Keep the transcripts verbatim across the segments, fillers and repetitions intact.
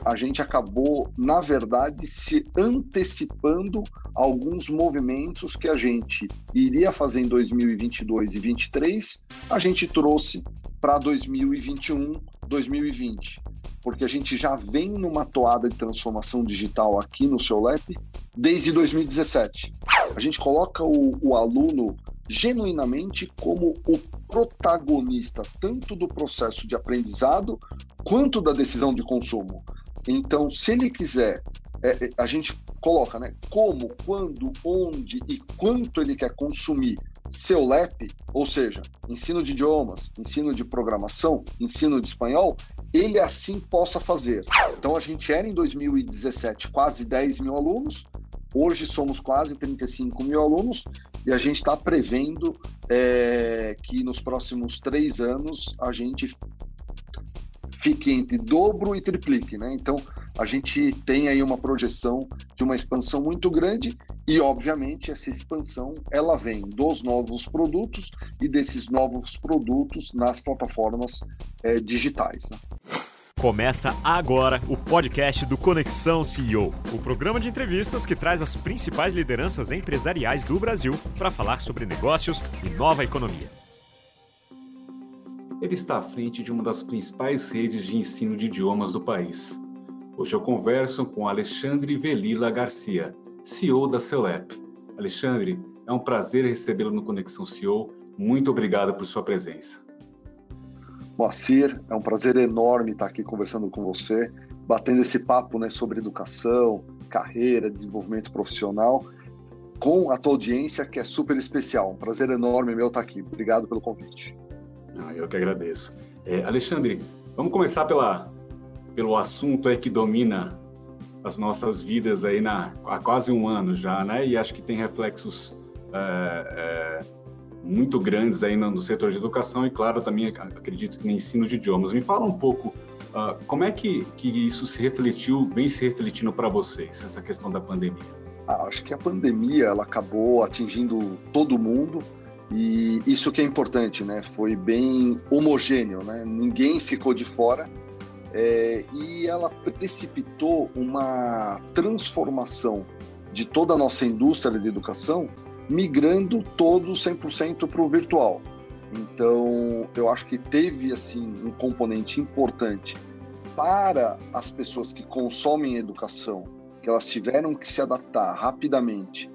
a gente acabou, na verdade, se antecipando a alguns movimentos que a gente iria fazer em dois mil e vinte e dois e vinte e três, a gente trouxe para dois mil e vinte e um, dois mil e vinte, porque a gente já vem numa toada de transformação digital aqui no SEOLAP desde dois mil e dezessete. A gente coloca o, o aluno genuinamente como o protagonista tanto do processo de aprendizado quanto da decisão de consumo. Então, se ele quiser, é, a gente coloca, né, como, quando, onde e quanto ele quer consumir SEOLAP, ou seja, ensino de idiomas, ensino de programação, ensino de espanhol, ele assim possa fazer. Então, a gente era em dois mil e dezessete quase dez mil alunos, hoje somos quase trinta e cinco mil alunos e a gente está prevendo é, que nos próximos três anos a gente fique entre dobro e triplique, né? Então, a gente tem aí uma projeção de uma expansão muito grande e, obviamente, essa expansão ela vem dos novos produtos e desses novos produtos nas plataformas é, digitais, né? Começa agora o podcast do Conexão C E O, o programa de entrevistas que traz as principais lideranças empresariais do Brasil para falar sobre negócios e nova economia. Ele está à frente de uma das principais redes de ensino de idiomas do país. Hoje eu converso com Alexandre Velila Garcia, C E O da SEOLAP. Alexandre, é um prazer recebê-lo no Conexão C E O. Muito obrigado por sua presença. Moacir, é um prazer enorme estar aqui conversando com você, batendo esse papo, né, sobre educação, carreira, desenvolvimento profissional, com a tua audiência, que é super especial. Um prazer enorme meu estar aqui. Obrigado pelo convite. Ah, eu que agradeço. É, Alexandre, vamos começar pela, pelo assunto aí que domina as nossas vidas aí na, há quase um ano já, né? E acho que tem reflexos é, é, muito grandes aí no, no setor de educação e, claro, também acredito que no ensino de idiomas. Me fala um pouco uh, como é que, que isso se refletiu, vem se refletindo para vocês, essa questão da pandemia? Ah, acho que a pandemia ela acabou atingindo todo mundo. E isso que é importante, né? Foi bem homogêneo, né? Ninguém ficou de fora é, e ela precipitou uma transformação de toda a nossa indústria de educação, migrando todo cem por cento para o virtual. Então, eu acho que teve assim um componente importante para as pessoas que consomem educação, que elas tiveram que se adaptar rapidamente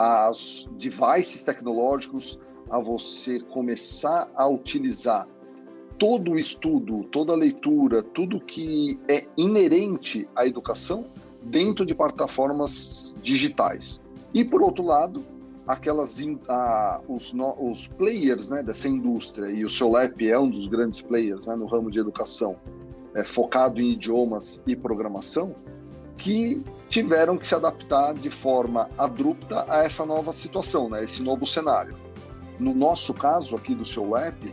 aos devices tecnológicos, a você começar a utilizar todo o estudo, toda a leitura, tudo que é inerente à educação dentro de plataformas digitais. E, por outro lado, aquelas, a, os, no, os players, né, dessa indústria, e o SEOLAP é um dos grandes players, né, no ramo de educação, é, focado em idiomas e programação, que tiveram que se adaptar de forma abrupta a essa nova situação, né, esse novo cenário. No nosso caso aqui do SEOLAP,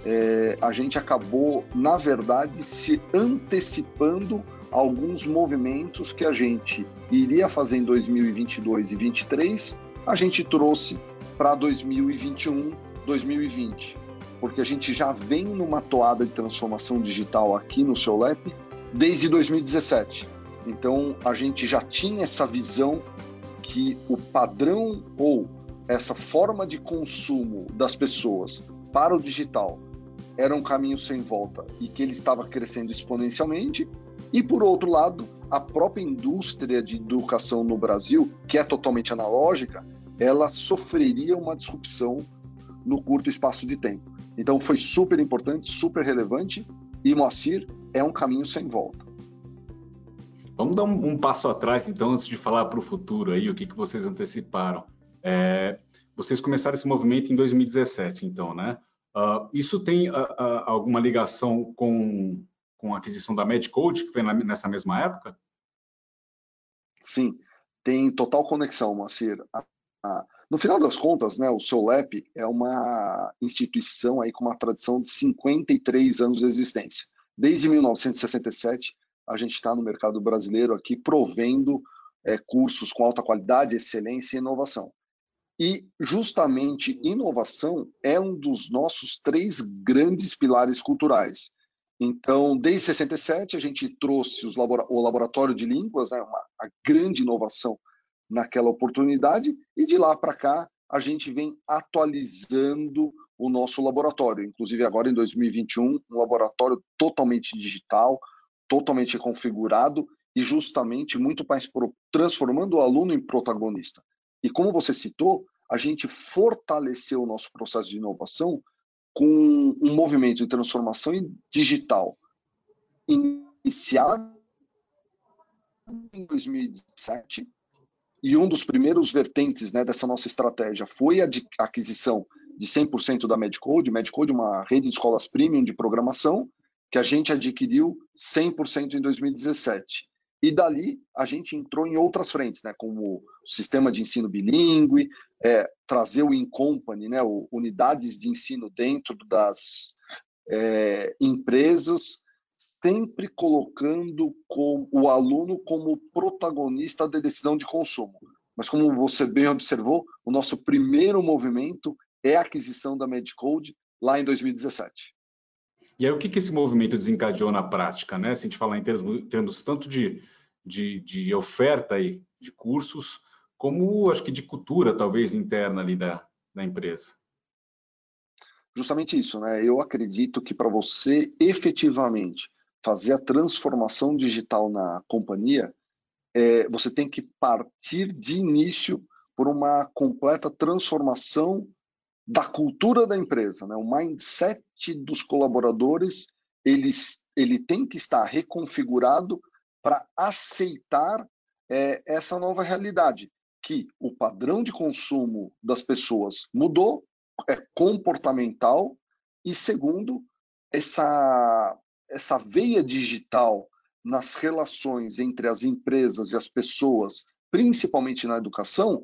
é, a gente acabou, na verdade, se antecipando a alguns movimentos que a gente iria fazer em dois mil e vinte e dois e vinte e três, a gente trouxe para dois mil e vinte e um, dois mil e vinte, porque a gente já vem numa toada de transformação digital aqui no SEOLAP desde dois mil e dezessete. Então, a gente já tinha essa visão que o padrão ou essa forma de consumo das pessoas para o digital era um caminho sem volta e que ele estava crescendo exponencialmente. E, por outro lado, a própria indústria de educação no Brasil, que é totalmente analógica, ela sofreria uma disrupção no curto espaço de tempo. Então, foi super importante, super relevante e, Moacir, é um caminho sem volta. Vamos dar um, um passo atrás, então, antes de falar para o futuro aí, o que, que vocês anteciparam. É, vocês começaram esse movimento em dois mil e dezessete, então, né? Uh, isso tem uh, uh, alguma ligação com, com a aquisição da Medcode, que foi na, nessa mesma época? Sim, tem total conexão, Moacir. A, a, no final das contas, né, o SEOLAP é uma instituição aí com uma tradição de cinquenta e três anos de existência. Desde mil novecentos e sessenta e sete, a gente está no mercado brasileiro aqui provendo é, cursos com alta qualidade, excelência e inovação. E justamente inovação é um dos nossos três grandes pilares culturais. Então, desde sessenta e sete, a gente trouxe os labora o laboratório de línguas, né, uma a grande inovação naquela oportunidade, e de lá para cá a gente vem atualizando o nosso laboratório. Inclusive agora em dois mil e vinte e um, um laboratório totalmente digital, totalmente configurado e justamente muito mais pro, transformando o aluno em protagonista. E como você citou, a gente fortaleceu o nosso processo de inovação com um movimento de transformação digital iniciado em dois mil e dezessete, e um dos primeiros vertentes, né, dessa nossa estratégia foi a de aquisição de cem por cento da Medcode. Medcode é uma rede de escolas premium de programação que a gente adquiriu cem por cento em dois mil e dezessete. E dali a gente entrou em outras frentes, né, como o sistema de ensino bilíngue, é, trazer o in-company, né, o, unidades de ensino dentro das é, empresas, sempre colocando com o aluno como protagonista da decisão de consumo. Mas como você bem observou, o nosso primeiro movimento é a aquisição da Medcode lá em dois mil e dezessete. E aí o que, que esse movimento desencadeou na prática, né? Se a gente falar em termos, termos tanto de, de, de oferta aí, de cursos, como acho que de cultura, talvez, interna ali da, da empresa. Justamente isso, né? Eu acredito que para você efetivamente fazer a transformação digital na companhia, é, você tem que partir de início por uma completa transformação da cultura da empresa, né? O mindset dos colaboradores, ele, ele tem que estar reconfigurado para aceitar é, essa nova realidade, que o padrão de consumo das pessoas mudou, é comportamental, e segundo, essa, essa veia digital nas relações entre as empresas e as pessoas, principalmente na educação,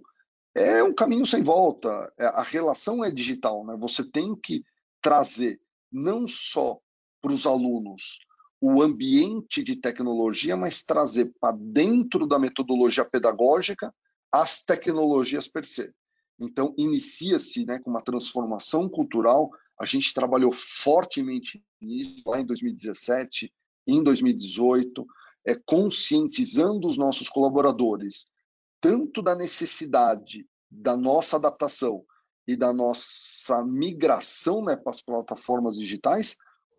é um caminho sem volta. A relação é digital, né? Você tem que trazer não só para os alunos o ambiente de tecnologia, mas trazer para dentro da metodologia pedagógica as tecnologias per se. Então, inicia-se, né, com uma transformação cultural. A gente trabalhou fortemente nisso lá em dois mil e dezessete, em dois mil e dezoito, é, conscientizando os nossos colaboradores tanto da necessidade da nossa adaptação e da nossa migração, né, para as plataformas digitais,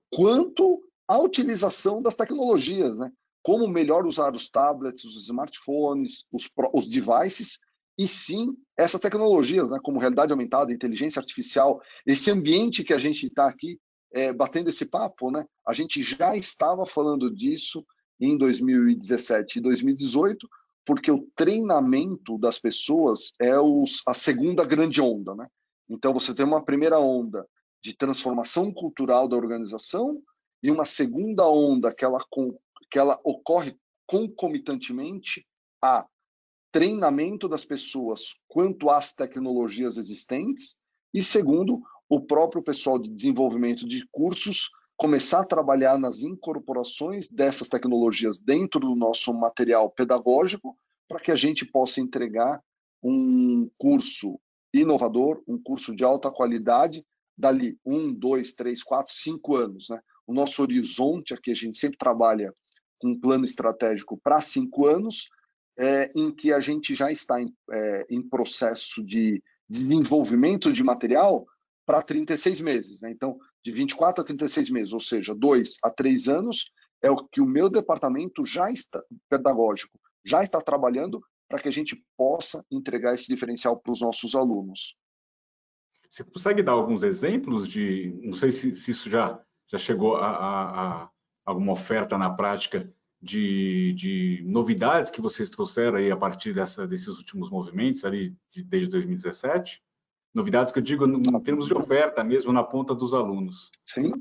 quanto a utilização das tecnologias, né? Como melhor usar os tablets, os smartphones, os, os devices, e sim essas tecnologias, né, como realidade aumentada, inteligência artificial, esse ambiente que a gente está aqui é, batendo esse papo, né? A gente já estava falando disso em dois mil e dezessete e dois mil e dezoito, porque o treinamento das pessoas é os, a segunda grande onda, né? Então, você tem uma primeira onda de transformação cultural da organização e uma segunda onda que ela, que ela ocorre concomitantemente a treinamento das pessoas quanto às tecnologias existentes e, segundo, o próprio pessoal de desenvolvimento de cursos começar a trabalhar nas incorporações dessas tecnologias dentro do nosso material pedagógico para que a gente possa entregar um curso inovador, um curso de alta qualidade, dali um, dois, três, quatro, cinco anos, né? O nosso horizonte aqui, a gente sempre trabalha com um plano estratégico para cinco anos, é, em que a gente já está em, é, em processo de desenvolvimento de material para trinta e seis meses, né? Então, de vinte e quatro a trinta e seis meses, ou seja, dois a três anos, é o que o meu departamento já está, pedagógico, já está trabalhando para que a gente possa entregar esse diferencial para os nossos alunos. Você consegue dar alguns exemplos de, não sei se, se isso já, já chegou a, a, a alguma oferta na prática de, de novidades que vocês trouxeram aí a partir dessa, desses últimos movimentos ali de, desde dois mil e dezessete? Novidades que eu digo em termos de oferta mesmo na ponta dos alunos. Sim.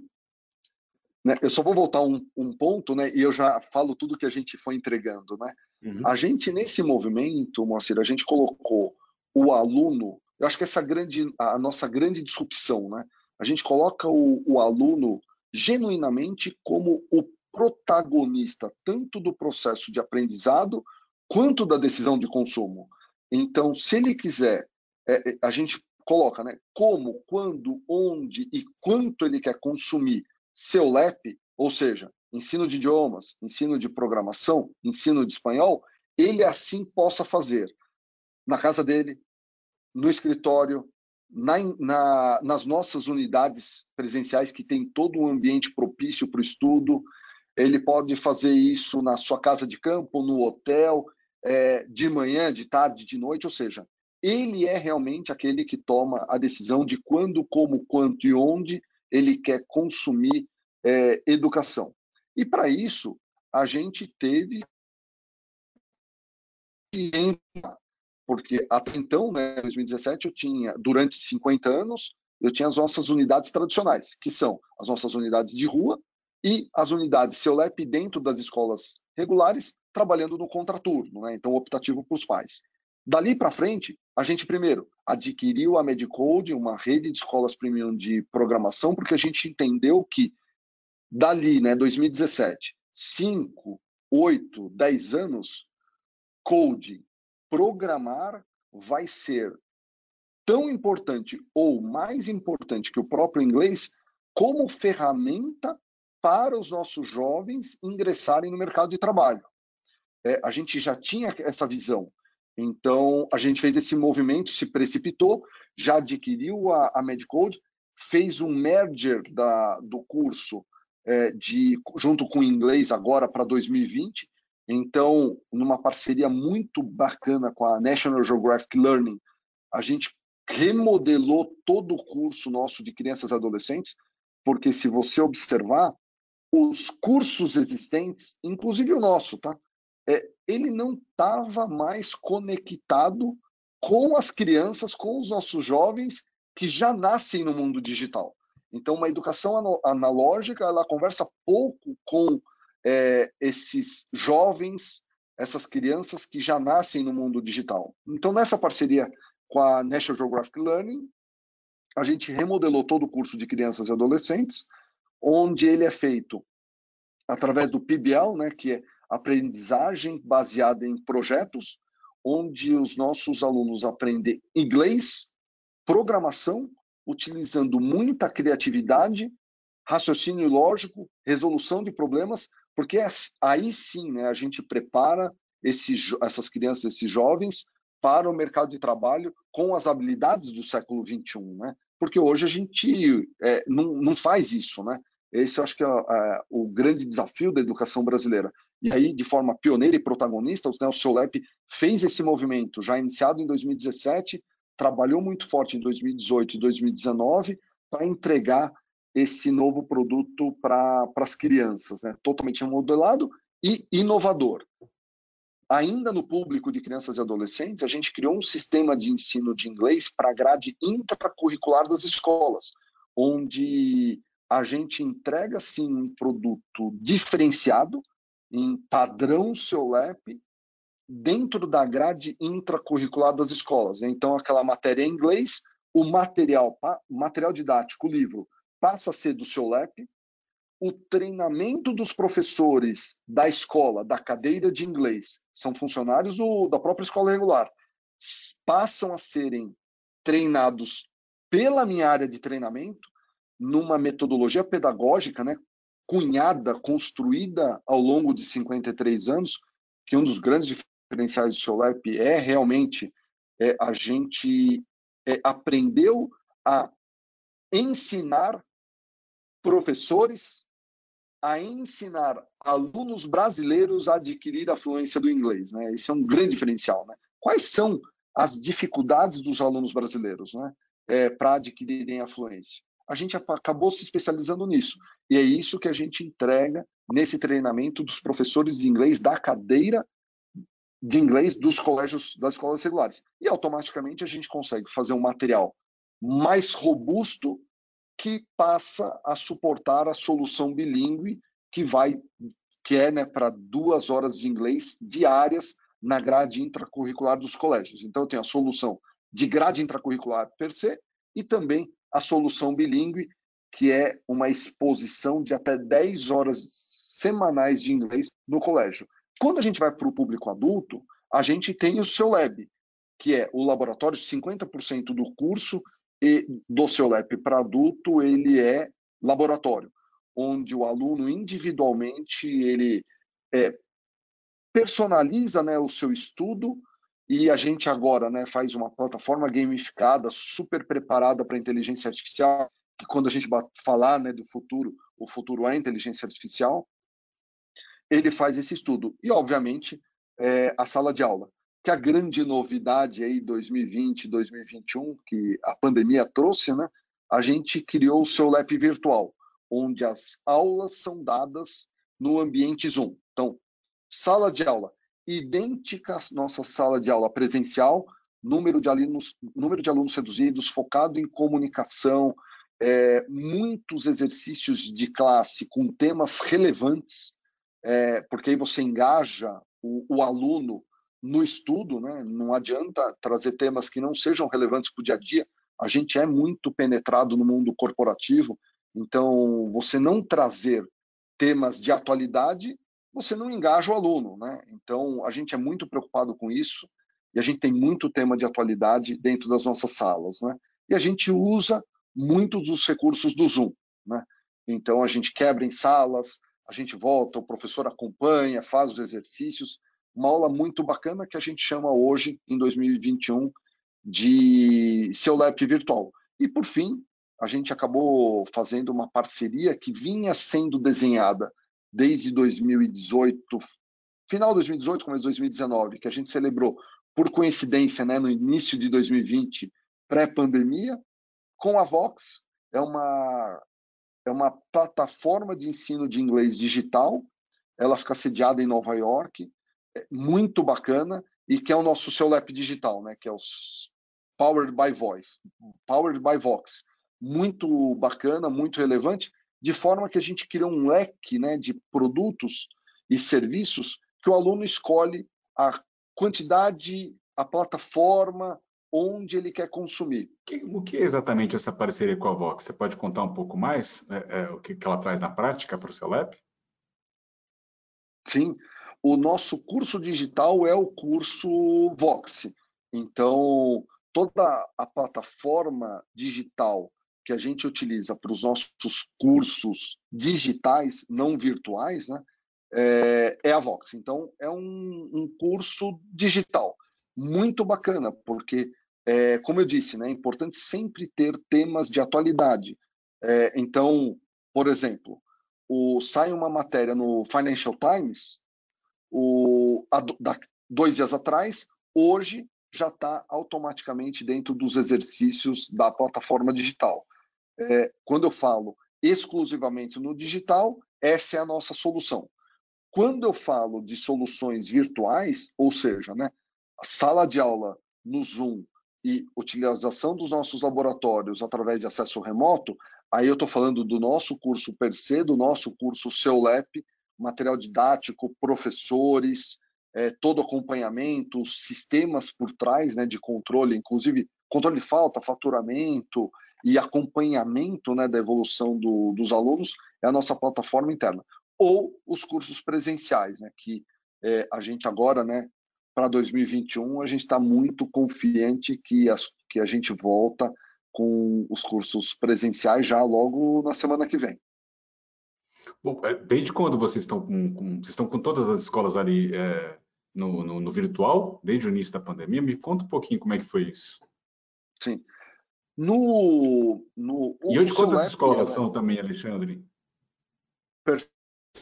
Né, eu só vou voltar um, um ponto, né, e eu já falo tudo que a gente foi entregando, né? Uhum. A gente, nesse movimento, Moacir, a gente colocou o aluno, eu acho que essa grande, a nossa grande disrupção, né? A gente coloca o, o aluno genuinamente como o protagonista, tanto do processo de aprendizado, quanto da decisão de consumo. Então, se ele quiser, é, a gente coloca, né, como, quando, onde e quanto ele quer consumir seu L E P, ou seja, ensino de idiomas, ensino de programação, ensino de espanhol, ele assim possa fazer na casa dele, no escritório, na, na, nas nossas unidades presenciais que tem todo um ambiente propício para o estudo. Ele pode fazer isso na sua casa de campo, no hotel, é, de manhã, de tarde, de noite, ou seja, ele é realmente aquele que toma a decisão de quando, como, quanto e onde ele quer consumir é, educação. E para isso, a gente teve porque até então, né, em dois mil e dezessete, eu tinha, durante cinquenta anos, eu tinha as nossas unidades tradicionais, que são as nossas unidades de rua e as unidades CEULEP dentro das escolas regulares, trabalhando no contraturno, né, então optativo para os pais. Dali para frente, a gente primeiro adquiriu a Medicode, uma rede de escolas premium de programação, porque a gente entendeu que dali, né, dois mil e dezessete, cinco, oito, dez anos, coding, programar vai ser tão importante ou mais importante que o próprio inglês como ferramenta para os nossos jovens ingressarem no mercado de trabalho. É, a gente já tinha essa visão. Então, a gente fez esse movimento, se precipitou, já adquiriu a, a Medicode, fez um merger da, do curso é, de, junto com o inglês agora para dois mil e vinte. Então, numa parceria muito bacana com a National Geographic Learning, a gente remodelou todo o curso nosso de crianças e adolescentes, porque se você observar, os cursos existentes, inclusive o nosso, tá? É, ele não estava mais conectado com as crianças, com os nossos jovens que já nascem no mundo digital. Então, uma educação analógica, ela conversa pouco com é, esses jovens, essas crianças que já nascem no mundo digital. Então, nessa parceria com a National Geographic Learning, a gente remodelou todo o curso de crianças e adolescentes, onde ele é feito através do P B L, né, que é aprendizagem baseada em projetos, onde os nossos alunos aprendem inglês, programação, utilizando muita criatividade, raciocínio lógico, resolução de problemas, porque aí sim, né, a gente prepara esses, essas crianças, esses jovens, para o mercado de trabalho com as habilidades do século vinte e um, né? Porque hoje a gente é, não, não faz isso, né? Esse eu acho que é, é o grande desafio da educação brasileira. E aí, de forma pioneira e protagonista, né, o CEULEP fez esse movimento, já iniciado em dois mil e dezessete, trabalhou muito forte em dois mil e dezoito e dois mil e dezenove para entregar esse novo produto para as crianças, né? Totalmente remodelado e inovador. Ainda no público de crianças e adolescentes, a gente criou um sistema de ensino de inglês para a grade intracurricular das escolas, onde a gente entrega, sim, um produto diferenciado, em padrão CEULEP, dentro da grade intracurricular das escolas. Então, aquela matéria em inglês, o material, o material didático, o livro, passa a ser do CEULEP, o treinamento dos professores da escola, da cadeira de inglês, são funcionários do, da própria escola regular, passam a serem treinados pela minha área de treinamento, numa metodologia pedagógica, né, cunhada, construída ao longo de cinquenta e três anos, que um dos grandes diferenciais do CEULEP é realmente é, a gente é, aprendeu a ensinar professores a ensinar alunos brasileiros a adquirir a fluência do inglês, né? Esse é um grande diferencial, né? Quais são as dificuldades dos alunos brasileiros, né, é, para adquirirem a fluência? A gente acabou se especializando nisso, e é isso que a gente entrega nesse treinamento dos professores de inglês da cadeira de inglês dos colégios, das escolas regulares. E automaticamente a gente consegue fazer um material mais robusto que passa a suportar a solução bilíngue que vai, que é, né, para duas horas de inglês diárias na grade intracurricular dos colégios. Então, eu tenho a solução de grade intracurricular per se e também a solução bilíngue, que é uma exposição de até dez horas semanais de inglês no colégio. Quando a gente vai para o público adulto, a gente tem o CEULEB, que é o laboratório, cinquenta por cento do curso e do CEULEP para adulto, ele é laboratório. onde o aluno individualmente ele é, personaliza, né, o seu estudo, e a gente agora, né, faz uma plataforma gamificada, super preparada para a inteligência artificial, que quando a gente falar, né, do futuro, o futuro é a inteligência artificial, ele faz esse estudo. E, obviamente, é, a sala de aula, que a grande novidade aí dois mil e vinte, dois mil e vinte e um, que a pandemia trouxe, né, a gente criou o seu lab virtual, onde as aulas são dadas no ambiente Zoom. Então, sala de aula idêntica à nossa sala de aula presencial, número de alunos, número de alunos reduzidos, focado em comunicação, é, muitos exercícios de classe com temas relevantes, é, porque aí você engaja o, o aluno no estudo, né? Não adianta trazer temas que não sejam relevantes para o dia a dia. A gente é muito penetrado no mundo corporativo, então você não trazer temas de atualidade, você não engaja o aluno, né? Então, a gente é muito preocupado com isso e a gente tem muito tema de atualidade dentro das nossas salas, né? E a gente usa muitos dos recursos do Zoom, né? Então, a gente quebra em salas, a gente volta, o professor acompanha, faz os exercícios. Uma aula muito bacana que a gente chama hoje, em dois mil e vinte e um, de seu lab virtual. E, por fim, a gente acabou fazendo uma parceria que vinha sendo desenhada desde dois mil e dezoito, final de dois mil e dezoito, começo de dois mil e dezenove, que a gente celebrou, por coincidência, né, no início de dois mil e vinte, pré-pandemia, com a Vox. É uma, é uma plataforma de ensino de inglês digital, ela fica sediada em Nova York, é muito bacana, e que é o nosso seu lab digital, né, que é o Powered by Voice, Powered by Vox. Muito bacana, muito relevante, de forma que a gente cria um leque, né, de produtos e serviços que o aluno escolhe a quantidade, a plataforma onde ele quer consumir. O que é exatamente essa parceria com a Vox? Você pode contar um pouco mais é, é, o que, que ela traz na prática para o seu lab? Sim, o nosso curso digital é o curso Vox. Então, toda a plataforma digital que a gente utiliza para os nossos cursos digitais, não virtuais, né, é, é a Vox. Então, é um, um curso digital muito bacana, porque, é, como eu disse, né, é importante sempre ter temas de atualidade. É, então, por exemplo, o, sai uma matéria no Financial Times, o, a, da, dois dias atrás, hoje já está automaticamente dentro dos exercícios da plataforma digital. É, quando eu falo exclusivamente no digital, essa é a nossa solução. Quando eu falo de soluções virtuais, ou seja, né, a sala de aula no Zoom e utilização dos nossos laboratórios através de acesso remoto, aí eu estou falando do nosso curso per se, do nosso curso Seu Lab, material didático, professores, é, todo acompanhamento, sistemas por trás, né, de controle, inclusive controle de falta, faturamento e acompanhamento, né, da evolução do, dos alunos, é a nossa plataforma interna. Ou os cursos presenciais, né, que é, a gente agora, né, para dois mil e vinte e um, a gente está muito confiante que, as, que a gente volta com os cursos presenciais já logo na semana que vem. Bom, desde quando vocês estão com, com, vocês estão com todas as escolas ali é, no, no, no virtual, desde o início da pandemia? Me conta um pouquinho como é que foi isso. Sim. No, no, E o, hoje o quantas Seu escolas Lab, são também, Alexandre? perfeito.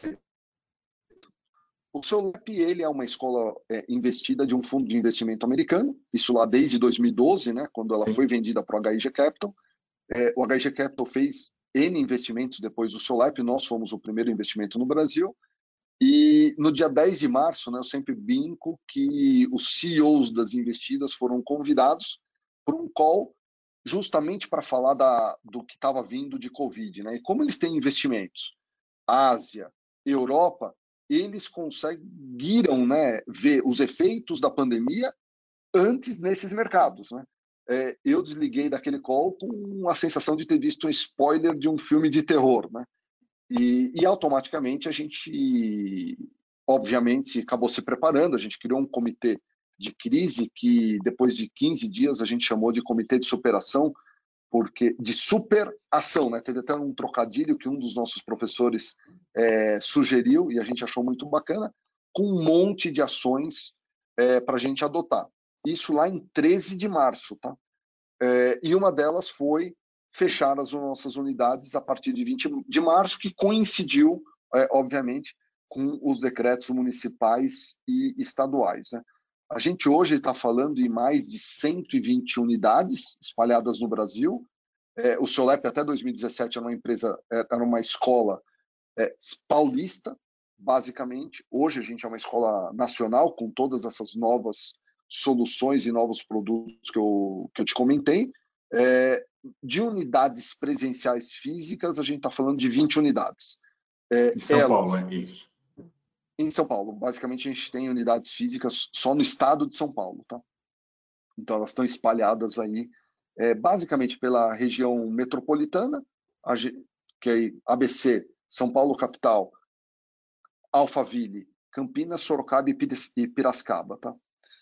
O Seu Lab, ele é uma escola é, investida de um fundo de investimento americano, isso lá desde dois mil e doze, né, quando ela Sim. foi vendida para o H I G Capital. É, o H I G Capital fez N investimentos depois do Seu Lab, nós fomos o primeiro investimento no Brasil. E no dia dez de março, né, eu sempre brinco que os C E Os das investidas foram convidados para um call justamente para falar da, do que estava vindo de Covid, né? E como eles têm investimentos, Ásia, Europa, eles conseguiram, né, ver os efeitos da pandemia antes nesses mercados, né? É, eu desliguei daquele call com a sensação de ter visto um spoiler de um filme de terror, né? E, e automaticamente a gente, obviamente, acabou se preparando, a gente criou um comitê de crise que depois de quinze dias a gente chamou de comitê de superação, porque de superação, né? Teve até um trocadilho que um dos nossos professores é, sugeriu, e a gente achou muito bacana, com um monte de ações é, para a gente adotar. Isso lá em treze de março, tá? É, e uma delas foi fechar as nossas unidades a partir de vinte de março, que coincidiu, é, obviamente, com os decretos municipais e estaduais, né? A gente hoje está falando em mais de cento e vinte unidades espalhadas no Brasil. É, o Solep até dois mil e dezessete era uma empresa, era uma escola é, paulista, basicamente. Hoje a gente é uma escola nacional com todas essas novas soluções e novos produtos que eu, que eu te comentei. É, de unidades presenciais físicas, a gente está falando de vinte unidades. É, em São elas, Paulo, é isso? Em São Paulo. Basicamente, a gente tem unidades físicas só no estado de São Paulo, tá? Então, elas estão espalhadas aí, é, basicamente pela região metropolitana, a, que é A B C, São Paulo capital, Alphaville, Campinas, Sorocaba e Piracicaba, tá?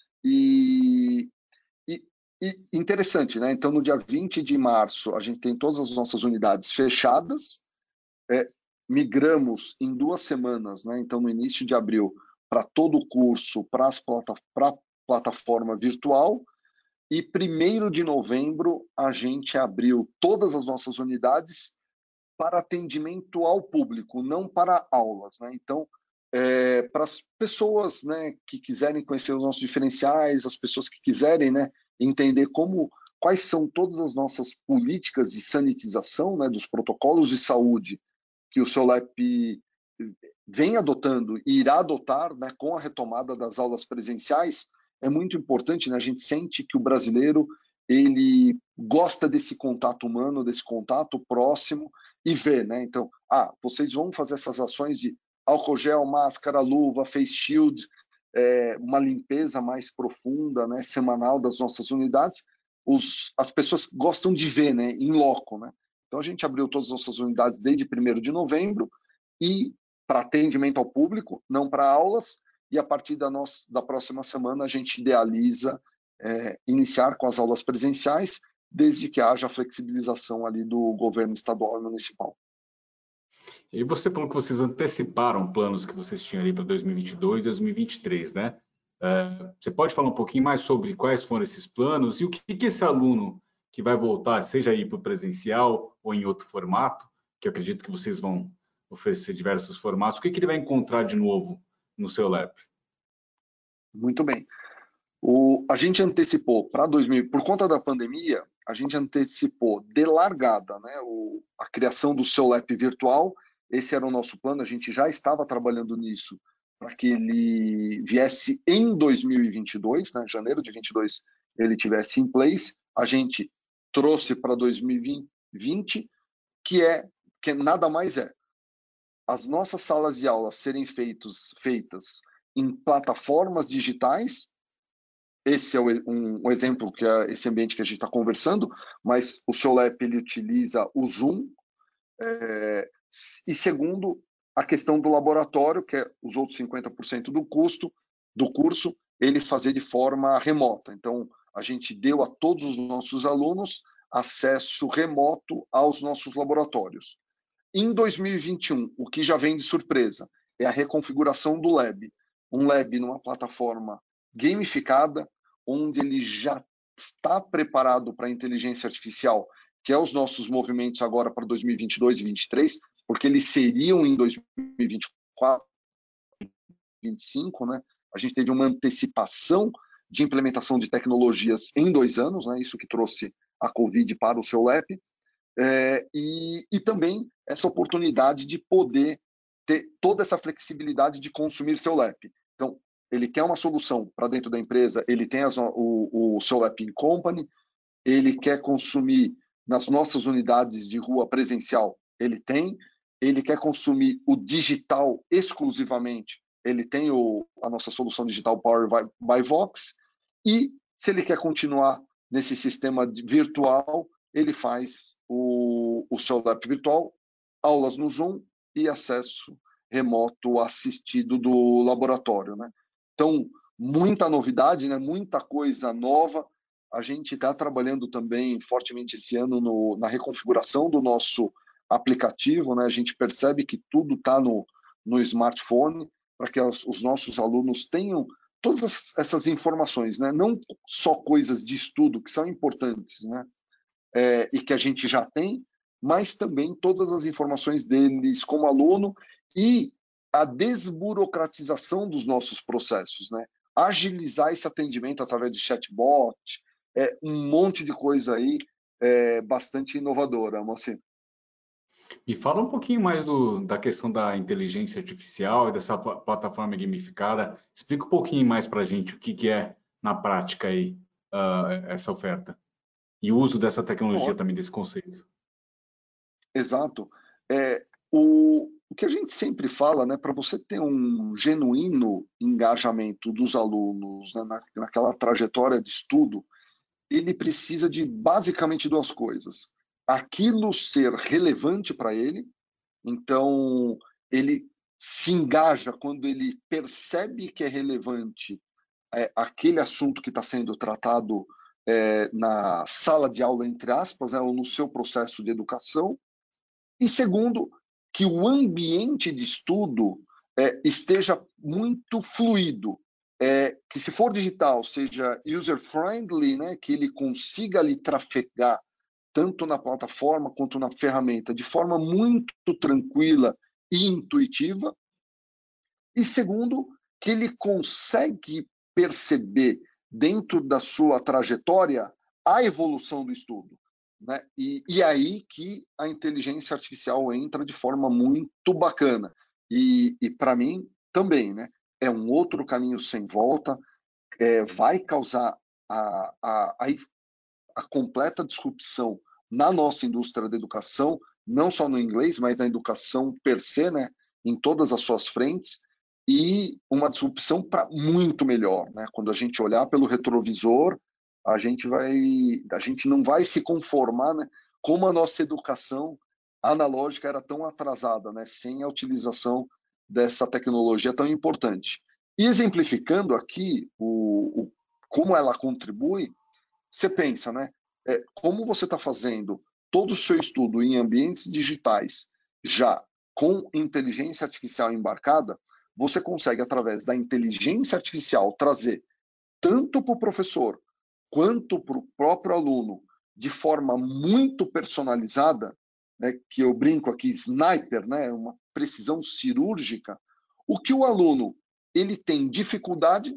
E, e, e interessante, né? Então, no dia vinte de março, a gente tem todas as nossas unidades fechadas, é, migramos em duas semanas, né? Então, no início de abril, para todo o curso, para a plataforma virtual, e primeiro de novembro, a gente abriu todas as nossas unidades para atendimento ao público, não para aulas, né? Então, é, para as pessoas, né, que quiserem conhecer os nossos diferenciais, as pessoas que quiserem, né, entender como, quais são todas as nossas políticas de sanitização, né, dos protocolos de saúde que o Solep vem adotando e irá adotar, né, com a retomada das aulas presenciais, é muito importante, né? A gente sente que o brasileiro ele gosta desse contato humano, desse contato próximo e vê, né? Então, ah, vocês vão fazer essas ações de álcool gel, máscara, luva, face shield, é, uma limpeza mais profunda, né, semanal das nossas unidades. Os, as pessoas gostam de ver, né, em loco, né? Então, a gente abriu todas as nossas unidades desde primeiro de novembro e para atendimento ao público, não para aulas, e a partir da, nossa, da próxima semana a gente idealiza é, iniciar com as aulas presenciais, desde que haja a flexibilização ali do governo estadual e municipal. E você falou que vocês anteciparam planos que vocês tinham ali para dois mil e vinte e dois, dois mil e vinte e três, né? Uh, você pode falar um pouquinho mais sobre quais foram esses planos e o que, que esse aluno que vai voltar, seja aí para o presencial ou em outro formato, que eu acredito que vocês vão oferecer diversos formatos, o que, que ele vai encontrar de novo no seu lab? Muito bem. O, a gente antecipou para dois mil, por conta da pandemia, a gente antecipou de largada, né, o, a criação do seu lab virtual. Esse era o nosso plano, a gente já estava trabalhando nisso para que ele viesse em dois mil e vinte e dois, né, janeiro de vinte e dois ele tivesse em place. A gente trouxe para dois mil e vinte, que é que nada mais é as nossas salas de aula serem feitos, feitas em plataformas digitais. Esse é um, um exemplo, que é esse ambiente que a gente está conversando, mas o Solep ele utiliza o Zoom. É, e segundo, a questão do laboratório, que é os outros cinquenta por cento do custo do curso, ele fazer de forma remota. Então, a gente deu a todos os nossos alunos acesso remoto aos nossos laboratórios. Em dois mil e vinte e um, o que já vem de surpresa é a reconfiguração do Lab. Um Lab numa plataforma gamificada, onde ele já está preparado para a inteligência artificial, que é os nossos movimentos agora para dois mil e vinte e dois e vinte e três, porque eles seriam em dois mil e vinte e quatro, vinte e cinco, né? A gente teve uma antecipação de implementação de tecnologias em dois anos, né? Isso que trouxe a Covid para o seu Lab. É, e, e também essa oportunidade de poder ter toda essa flexibilidade de consumir seu Lab. Então, ele quer uma solução para dentro da empresa, ele tem as, o, o seu Lab in Company, ele quer consumir nas nossas unidades de rua presencial, ele tem, ele quer consumir o digital exclusivamente, ele tem o, a nossa solução digital Power by Vox, e se ele quer continuar nesse sistema virtual, ele faz o, o seu lab virtual, aulas no Zoom e acesso remoto assistido do laboratório, né? Então, muita novidade, né? Muita coisa nova. a gente está trabalhando também fortemente esse ano no, na reconfiguração do nosso aplicativo, né? A gente percebe que tudo está no, no smartphone, para que os, os nossos alunos tenham todas essas informações, né? Não só coisas de estudo que são importantes, né? É, e que a gente já tem, mas também todas as informações deles como aluno e a desburocratização dos nossos processos, né? Agilizar esse atendimento através de chatbot, é, um monte de coisa aí é, bastante inovadora, Moacir. Me fala um pouquinho mais do, da questão da inteligência artificial e dessa pla- plataforma gamificada. Explica um pouquinho mais para a gente o que, que é, na prática, aí, uh, essa oferta. E o uso dessa tecnologia Bom, também, desse conceito. exato. É, o, o que a gente sempre fala, né, para você ter um genuíno engajamento dos alunos, né, na, naquela trajetória de estudo, ele precisa de basicamente duas coisas. Aquilo ser relevante para ele, então ele se engaja quando ele percebe que é relevante é, aquele assunto que está sendo tratado é, na sala de aula, entre aspas, né, ou no seu processo de educação. E segundo, que o ambiente de estudo é, esteja muito fluido, é, que se for digital, seja user-friendly, né, que ele consiga ali trafegar tanto na plataforma quanto na ferramenta de forma muito tranquila e intuitiva. E segundo, que ele consegue perceber dentro da sua trajetória a evolução do estudo. Né? E, e aí que a inteligência artificial entra de forma muito bacana. E, e para mim, também, né? É um outro caminho sem volta, é, vai causar a, a, a, a completa disrupção na nossa indústria da educação, não só no inglês, mas na educação per se, né? Em todas as suas frentes, e uma disrupção para muito melhor. Né? Quando a gente olhar pelo retrovisor, a gente vai, a gente não vai se conformar, né? Como a nossa educação analógica era tão atrasada, né? Sem a utilização dessa tecnologia tão importante. E exemplificando aqui o, o como ela contribui, você pensa, né? É, como você está fazendo todo o seu estudo em ambientes digitais já com inteligência artificial embarcada, você consegue, através da inteligência artificial, trazer tanto para o professor quanto para o próprio aluno, de forma muito personalizada, né, que eu brinco aqui, sniper, né, uma precisão cirúrgica, o que o aluno ele tem dificuldade,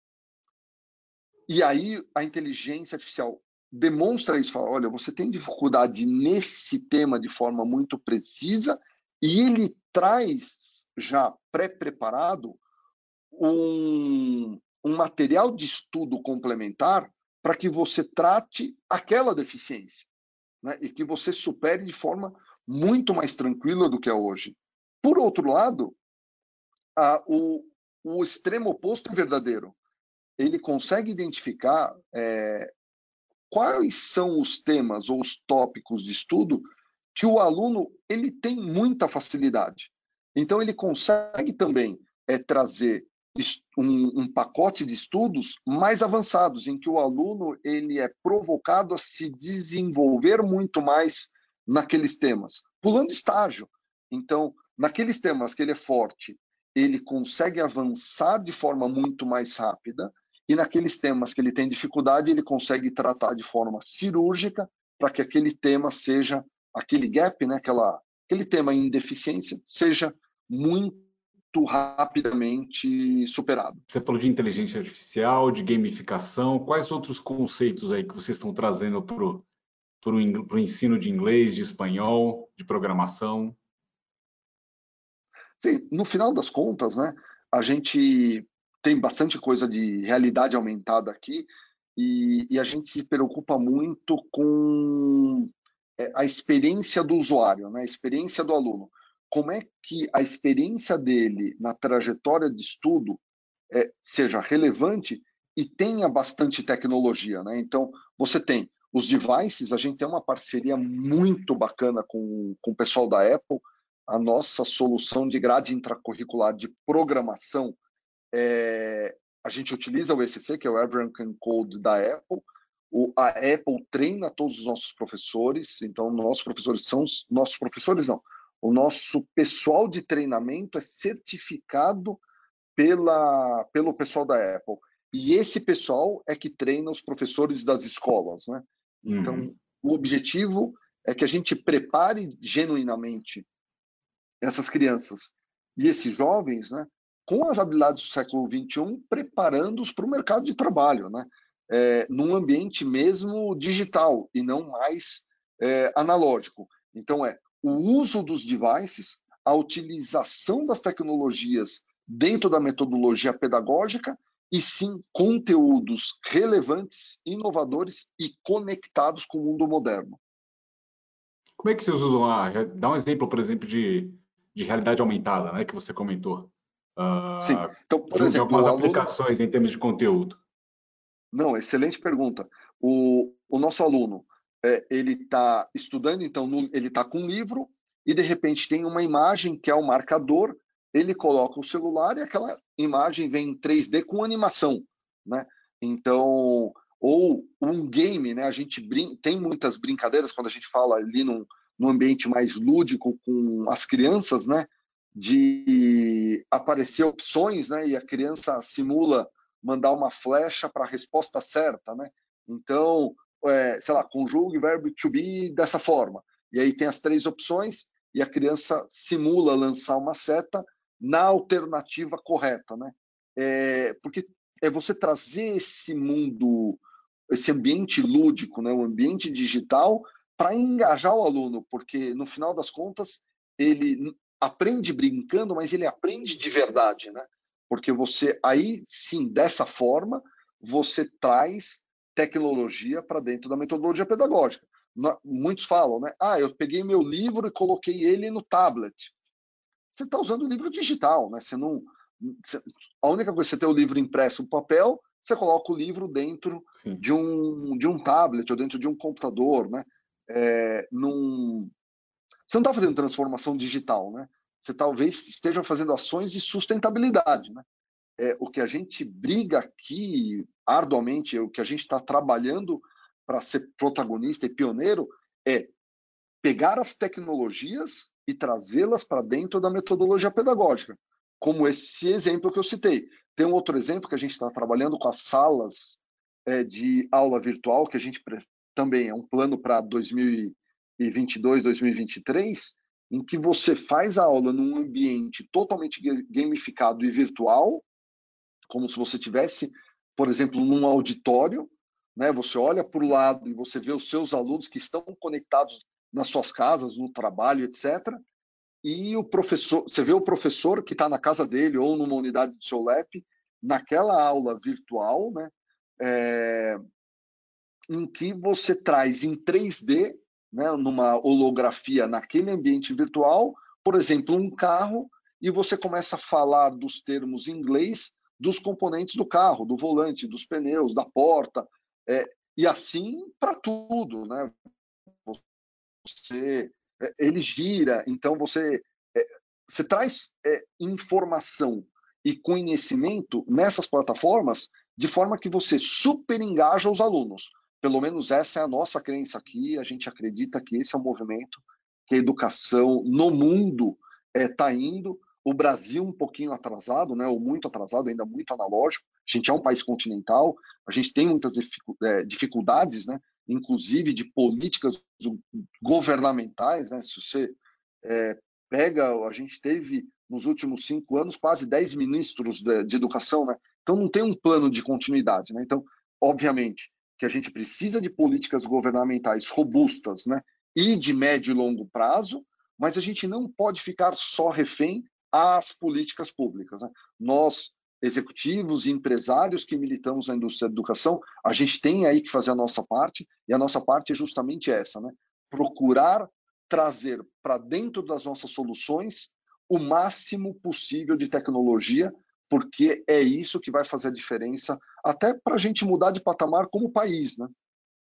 e aí a inteligência artificial demonstra isso, fala, olha, você tem dificuldade nesse tema de forma muito precisa, e ele traz já pré-preparado um, um material de estudo complementar para que você trate aquela deficiência, né? E que você supere de forma muito mais tranquila do que é hoje. Por outro lado, a, o, o extremo oposto é verdadeiro. Ele consegue identificar é, quais são os temas ou os tópicos de estudo que o aluno ele tem muita facilidade. Então, ele consegue também é, trazer um, um pacote de estudos mais avançados, em que o aluno ele é provocado a se desenvolver muito mais naqueles temas, pulando estágio. Então, naqueles temas que ele é forte, ele consegue avançar de forma muito mais rápida, e naqueles temas que ele tem dificuldade, ele consegue tratar de forma cirúrgica para que aquele tema seja, aquele gap, né, aquela, aquele tema em deficiência, seja muito rapidamente superado. Você falou de inteligência artificial, de gamificação. Quais outros conceitos aí que vocês estão trazendo para o ensino de inglês, de espanhol, de programação? Sim, no final das contas, né, a gente tem bastante coisa de realidade aumentada aqui, e, e a gente se preocupa muito com é, a experiência do usuário, né, a experiência do aluno. Como é que a experiência dele na trajetória de estudo é, seja relevante e tenha bastante tecnologia, né? Então, você tem os devices, a gente tem uma parceria muito bacana com, com o pessoal da Apple. A nossa solução de grade intracurricular de programação, é, a gente utiliza o E C C, que é o Everyone Can Code da Apple. O, a Apple treina todos os nossos professores, então nossos professores são os nossos professores não. O nosso pessoal de treinamento é certificado pela, pelo pessoal da Apple. E esse pessoal é que treina os professores das escolas, né? Então, uhum. O objetivo é que a gente prepare genuinamente essas crianças e esses jovens, né, com as habilidades do século vinte e um, preparando-os para o mercado de trabalho, né? É, num ambiente mesmo digital e não mais é, analógico. Então, é o uso dos devices, a utilização das tecnologias dentro da metodologia pedagógica e, sim, conteúdos relevantes, inovadores e conectados com o mundo moderno. Como é que vocês usam a... Dá um exemplo, por exemplo, de, de realidade aumentada, né, que você comentou. Uh, sim. Então, por de exemplo, algumas aluno... aplicações em termos de conteúdo. Não, excelente pergunta. O, o nosso aluno, é, ele está estudando, então, no, ele está com um livro e, de repente, tem uma imagem que é o marcador, ele coloca o celular e aquela imagem vem em três D com animação, né? Então, ou um game, né? A gente brin tem muitas brincadeiras quando a gente fala ali num, num ambiente mais lúdico com as crianças, né? De aparecer opções, né? E a criança simula mandar uma flecha para a resposta certa, né? Então, é, sei lá, conjugue o verbo to be dessa forma. E aí tem as três opções e a criança simula lançar uma seta na alternativa correta, né? É, porque é você trazer esse mundo, esse ambiente lúdico, né? O ambiente digital para engajar o aluno, porque no final das contas ele aprende brincando, mas ele aprende de verdade, né? Porque você, aí sim, dessa forma, você traz tecnologia para dentro da metodologia pedagógica. Muitos falam, né? Ah, eu peguei meu livro e coloquei ele no tablet. Você está usando o livro digital, né? Você não, você, a única coisa que você tem o livro impresso no papel, você coloca o livro dentro de um, de um tablet ou dentro de um computador, né? É, num, você não está fazendo transformação digital, né? Você talvez esteja fazendo ações de sustentabilidade, né? É, o que a gente briga aqui arduamente, o que a gente está trabalhando para ser protagonista e pioneiro é pegar as tecnologias e trazê-las para dentro da metodologia pedagógica, como esse exemplo que eu citei. Tem um outro exemplo que a gente está trabalhando com as salas é, de aula virtual, que a gente também é um plano para dois mil e vinte e dois, dois mil e vinte e três, em que você faz a aula num ambiente totalmente gamificado e virtual, como se você tivesse, por exemplo, num auditório, né? Você olha para o lado e você vê os seus alunos que estão conectados nas suas casas, no trabalho, etcétera. E o professor, você vê o professor que está na casa dele ou numa unidade do seu L E P, naquela aula virtual, né? É, em que você traz em três D, né? Numa holografia naquele ambiente virtual, por exemplo, um carro, e você começa a falar dos termos em inglês dos componentes do carro, do volante, dos pneus, da porta, é, e assim para tudo, né? Você, é, ele gira, então você, é, você traz é, informação e conhecimento nessas plataformas de forma que você super engaja os alunos. Pelo menos essa é a nossa crença aqui, a gente acredita que esse é o movimento que a educação no mundo está é, indo. O Brasil um pouquinho atrasado, né, ou muito atrasado, ainda muito analógico. A gente é um país continental, a gente tem muitas dificuldades, né, inclusive de políticas governamentais, né? Se você é, pega, a gente teve nos últimos cinco anos quase dez ministros de, de educação, né? Então não tem um plano de continuidade, né? Então, obviamente, que a gente precisa de políticas governamentais robustas, né? E de médio e longo prazo, mas a gente não pode ficar só refém às políticas públicas, né? Nós, executivos e empresários que militamos na indústria da educação, a gente tem aí que fazer a nossa parte, e a nossa parte é justamente essa, né? Procurar trazer para dentro das nossas soluções o máximo possível de tecnologia, porque é isso que vai fazer a diferença, até para a gente mudar de patamar como país, né?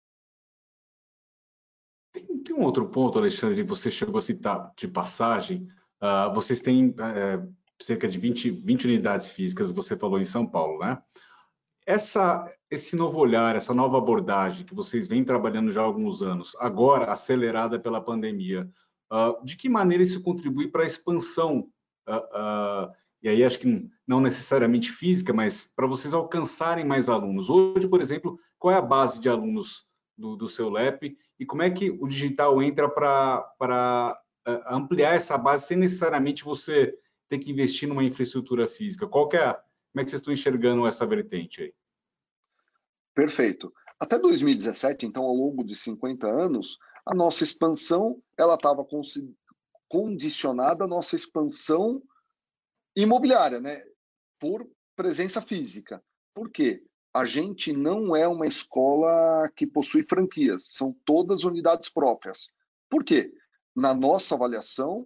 Tem, tem um outro ponto, Alexandre, você chegou a citar de passagem, uh, vocês têm uh, cerca de vinte, vinte unidades físicas, você falou em São Paulo, né? essa, esse novo olhar, essa nova abordagem que vocês vêm trabalhando já há alguns anos, agora acelerada pela pandemia, uh, de que maneira isso contribui para a expansão? Uh, uh, e aí acho que não necessariamente física, mas para vocês alcançarem mais alunos. Hoje, por exemplo, qual é a base de alunos do, do seu L E P e como é que o digital entra para uh, ampliar essa base sem necessariamente você ter que investir numa infraestrutura física? Qual que é a Como é que vocês estão enxergando essa vertente aí? Perfeito. Até dois mil e dezessete, então, ao longo de cinquenta anos, a nossa expansão ela estava condicionada à nossa expansão imobiliária, né? Por presença física. Por quê? A gente não é uma escola que possui franquias, são todas unidades próprias. Por quê? Na nossa avaliação,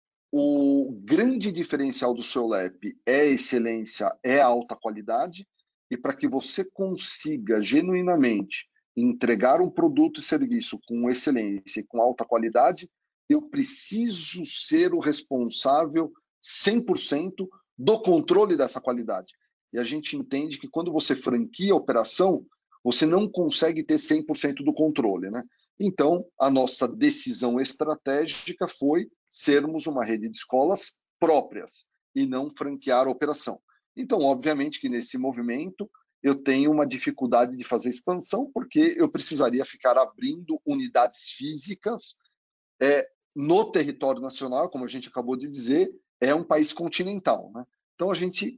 o grande diferencial do seu L E P é a excelência, é a alta qualidade, e para que você consiga genuinamente entregar um produto e serviço com excelência e com alta qualidade, eu preciso ser o responsável cem por cento do controle dessa qualidade. E a gente entende que quando você franquia a operação, você não consegue ter cem por cento do controle, né? Então, a nossa decisão estratégica foi sermos uma rede de escolas próprias e não franquear a operação. Então, obviamente que nesse movimento eu tenho uma dificuldade de fazer expansão, porque eu precisaria ficar abrindo unidades físicas é, no território nacional, como a gente acabou de dizer, é um país continental, né? Então, a gente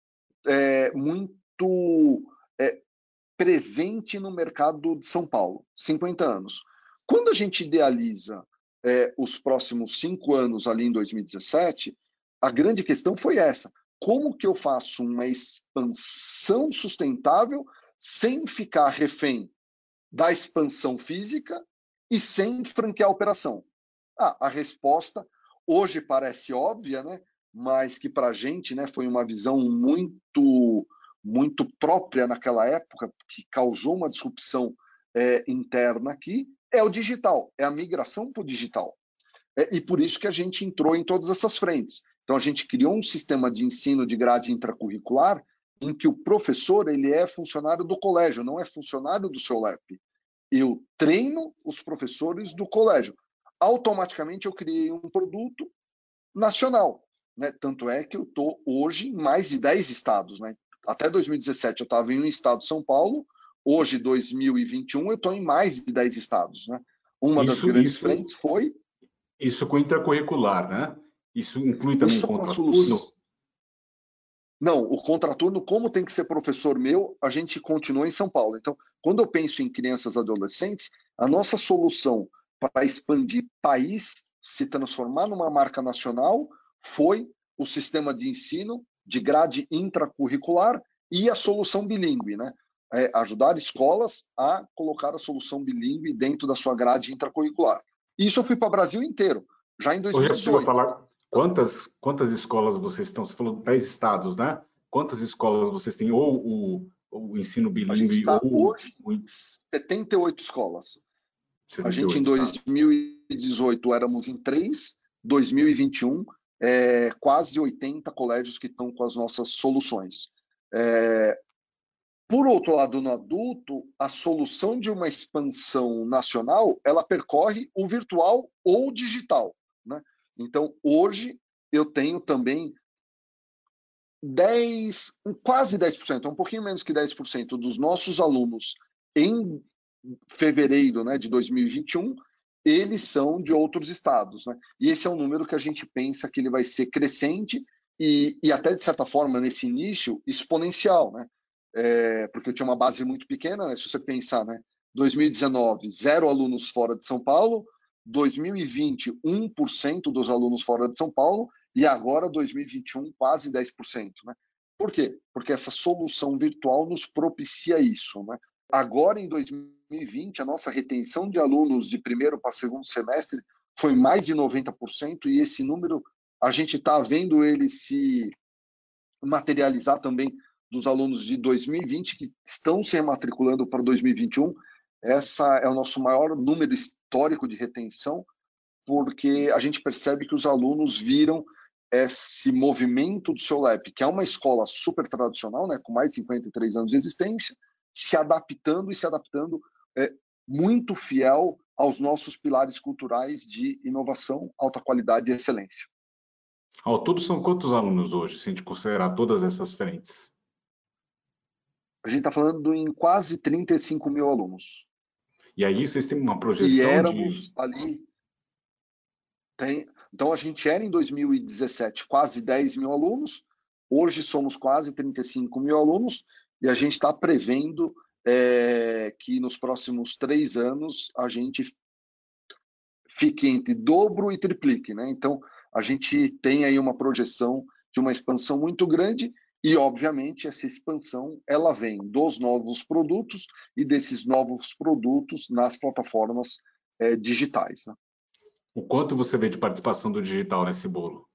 é muito é, presente no mercado de São Paulo, cinquenta anos. Quando a gente idealiza é, os próximos cinco anos ali em dois mil e dezessete, a grande questão foi essa: como que eu faço uma expansão sustentável sem ficar refém da expansão física e sem franquear a operação? Ah, a resposta hoje parece óbvia, né? Mas que para a gente, né, foi uma visão muito muito própria naquela época, que causou uma disrupção é, interna aqui, é o digital, é a migração para o digital. É, e por isso que a gente entrou em todas essas frentes. Então, a gente criou um sistema de ensino de grade intracurricular em que o professor ele é funcionário do colégio, não é funcionário do seu L E P. Eu treino os professores do colégio. Automaticamente, eu criei um produto nacional, né? Tanto é que eu estou hoje em mais de dez estados, né? Até dois mil e dezessete eu estava em um estado, São Paulo. Hoje, dois mil e vinte e um, eu estou em mais de dez estados, né? Uma das Isso, grandes isso, frentes foi... Isso com intracurricular, né? Isso inclui também Isso com a contraturno? solução... Não, o contraturno, como tem que ser professor meu, a gente continua em São Paulo. Então, quando eu penso em crianças e adolescentes, a nossa solução para expandir país, se transformar numa marca nacional, foi o sistema de ensino de grade intracurricular e a solução bilíngue, né? É ajudar escolas a colocar a solução bilíngue dentro da sua grade intracurricular. E isso eu fui para o Brasil inteiro, já em Hoje é possível dois mil e dezoito. falar quantas, quantas escolas vocês estão? Você falou dez estados, né? Quantas escolas vocês têm? Ou o, o ensino A gente bilíngue, está ou hoje o em setenta e oito escolas. A gente, em setenta e oito, tá? dois mil e dezoito, éramos em três, dois mil e vinte e um, é, quase oitenta colégios que estão com as nossas soluções. É, por outro lado, no adulto, a solução de uma expansão nacional, ela percorre o virtual ou o digital, né? Então, hoje, eu tenho também dez, quase dez por cento, um pouquinho menos que dez por cento dos nossos alunos em fevereiro, né, de dois mil e vinte e um, eles são de outros estados, né? E esse é um número que a gente pensa que ele vai ser crescente e, e até, de certa forma, nesse início, exponencial, né? É, porque eu tinha uma base muito pequena, né? Se você pensar, né? dois mil e dezenove, zero alunos fora de São Paulo, dois mil e vinte, um por cento dos alunos fora de São Paulo, e agora, dois mil e vinte e um, quase dez por cento, né? Por quê? Porque essa solução virtual nos propicia isso, né? Agora, em dois mil e vinte, a nossa retenção de alunos de primeiro para segundo semestre foi mais de noventa por cento, e esse número, a gente está vendo ele se materializar também dos alunos de dois mil e vinte que estão se matriculando para dois mil e vinte e um. Essa é o nosso maior número histórico de retenção, porque a gente percebe que os alunos viram esse movimento do seu L E P, que é uma escola super tradicional, né, com mais de cinquenta e três anos de existência, se adaptando e se adaptando é, muito fiel aos nossos pilares culturais de inovação, alta qualidade e excelência. Ao todo, são quantos alunos hoje, se a gente considerar todas essas frentes? A gente está falando em quase trinta e cinco mil alunos. E aí vocês têm uma E projeção éramos de... ali... Tem, então, a gente era, em dois mil e dezessete, quase dez mil alunos. Hoje somos quase trinta e cinco mil alunos. E a gente está prevendo é, que nos próximos três anos a gente fique entre dobro e triplique, né? Então, a gente tem aí uma projeção de uma expansão muito grande e, obviamente, essa expansão ela vem dos novos produtos e desses novos produtos nas plataformas é, digitais, né? O quanto você vê de participação do digital nesse bolo?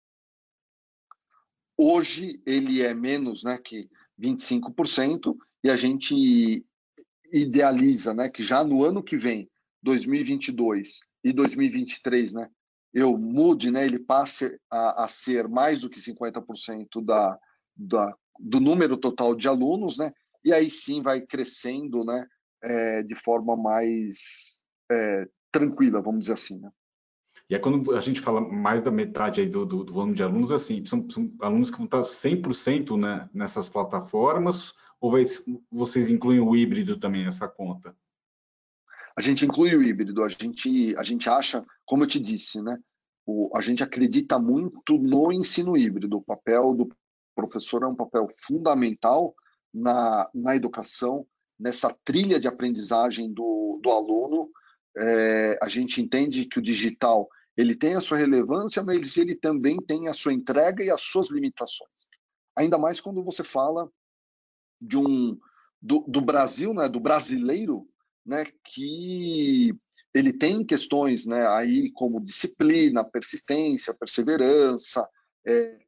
Hoje ele é menos, né, que vinte e cinco por cento e a gente idealiza, né, que já no ano que vem, dois mil e vinte e dois e dois mil e vinte e três, né, eu mude, né, ele passe a, a ser mais do que cinquenta por cento da, da, do número total de alunos, né, e aí sim vai crescendo, né, é, de forma mais é, tranquila, vamos dizer assim, né. E é quando a gente fala mais da metade aí do, do, do volume de alunos, assim, são, são alunos que vão estar cem por cento, né, nessas plataformas, ou vai, vocês incluem o híbrido também nessa conta? A gente inclui o híbrido, a gente, a gente acha, como eu te disse, né, o, a gente acredita muito no ensino híbrido. O papel do professor é um papel fundamental na, na educação, nessa trilha de aprendizagem do, do aluno. É, a gente entende que o digital ele tem a sua relevância, mas ele também tem a sua entrega e as suas limitações. Ainda mais quando você fala de um do, do Brasil, né, do brasileiro, né, que ele tem questões, né, aí como disciplina, persistência, perseverança, é,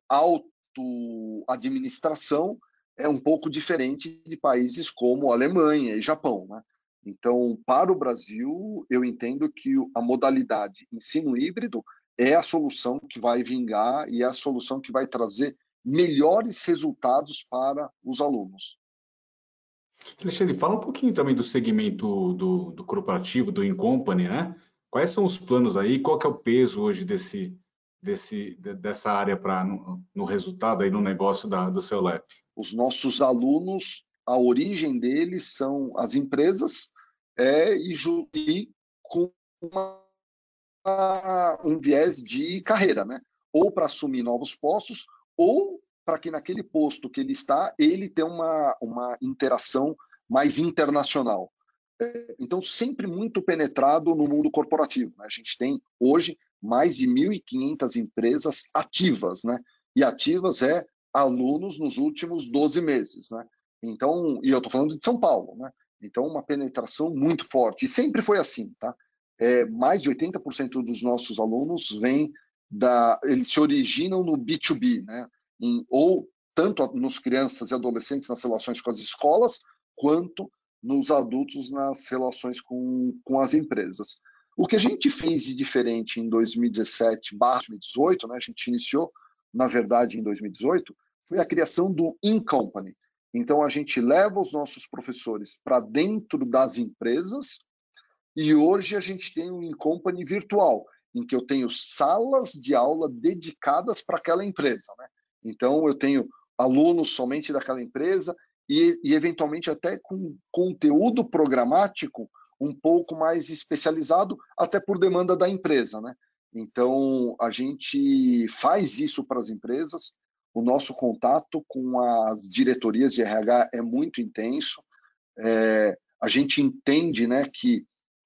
auto-administração, é um pouco diferente de países como Alemanha e Japão, né? Então, para o Brasil, eu entendo que a modalidade ensino híbrido é a solução que vai vingar e é a solução que vai trazer melhores resultados para os alunos. Alexandre, fala um pouquinho também do segmento do, do corporativo, do in-company, né? Quais são os planos aí? Qual que é o peso hoje desse, desse, dessa área para no, no resultado aí no negócio da, do seu L E P? Os nossos alunos, a origem deles são as empresas é, e, e com uma, um viés de carreira, né? Ou para assumir novos postos, ou para que naquele posto que ele está, ele tenha uma, uma interação mais internacional. Então, sempre muito penetrado no mundo corporativo, né? A gente tem hoje mais de mil e quinhentas empresas ativas, né? E ativas é alunos nos últimos doze meses, né? Então, e eu estou falando de São Paulo, né? Então, uma penetração muito forte. E sempre foi assim, tá? É, mais de oitenta por cento dos nossos alunos vêm da... Eles se originam no B dois B, né? Em, ou tanto nos crianças e adolescentes nas relações com as escolas, quanto nos adultos nas relações com, com as empresas. O que a gente fez de diferente em dois mil e dezessete barra dois mil e dezoito, né, a gente iniciou, na verdade, em dois mil e dezoito, foi a criação do In-Company. Então, a gente leva os nossos professores para dentro das empresas e hoje a gente tem um In-Company virtual, em que eu tenho salas de aula dedicadas para aquela empresa, né? Então, eu tenho alunos somente daquela empresa, E, e, eventualmente até com conteúdo programático um pouco mais especializado, até por demanda da empresa, né? Então, a gente faz isso para as empresas, o nosso contato com as diretorias de R H é muito intenso, é, a gente entende, né, que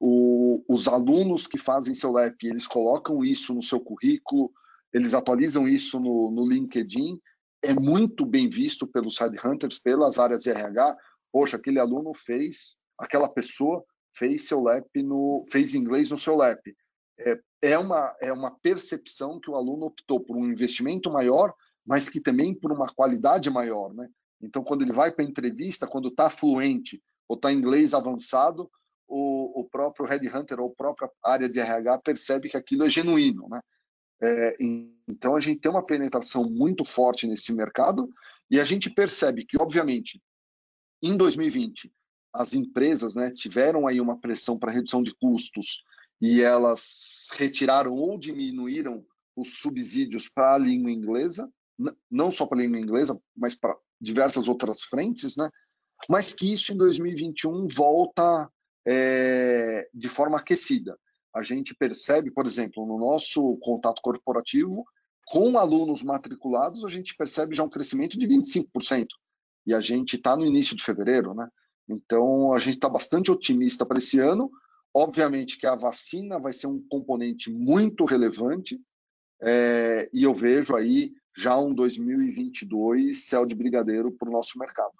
o, os alunos que fazem seu L E P, eles colocam isso no seu currículo, eles atualizam isso no, no LinkedIn, é muito bem visto pelos headhunters, pelas áreas de R H. Poxa, aquele aluno fez, aquela pessoa fez seu L E P, no, fez inglês no seu L E P. É, é, uma, é uma percepção que o aluno optou por um investimento maior, mas que também por uma qualidade maior, né? Então, quando ele vai para a entrevista, quando está fluente ou está em inglês avançado, o, o próprio headhunter ou a própria área de R H percebe que aquilo é genuíno, né? É, então, a gente tem uma penetração muito forte nesse mercado e a gente percebe que, obviamente, em dois mil e vinte, as empresas, né, tiveram aí uma pressão para redução de custos e elas retiraram ou diminuíram os subsídios para a língua inglesa, não só para a língua inglesa, mas para diversas outras frentes, né? Mas que isso em dois mil e vinte e um volta é, de forma aquecida. A gente percebe, por exemplo, no nosso contato corporativo, com alunos matriculados, a gente percebe já um crescimento de vinte e cinco por cento. E a gente está no início de fevereiro, né? Então, a gente está bastante otimista para esse ano. Obviamente que a vacina vai ser um componente muito relevante, é, e eu vejo aí já um dois mil e vinte e dois céu de brigadeiro para o nosso mercado.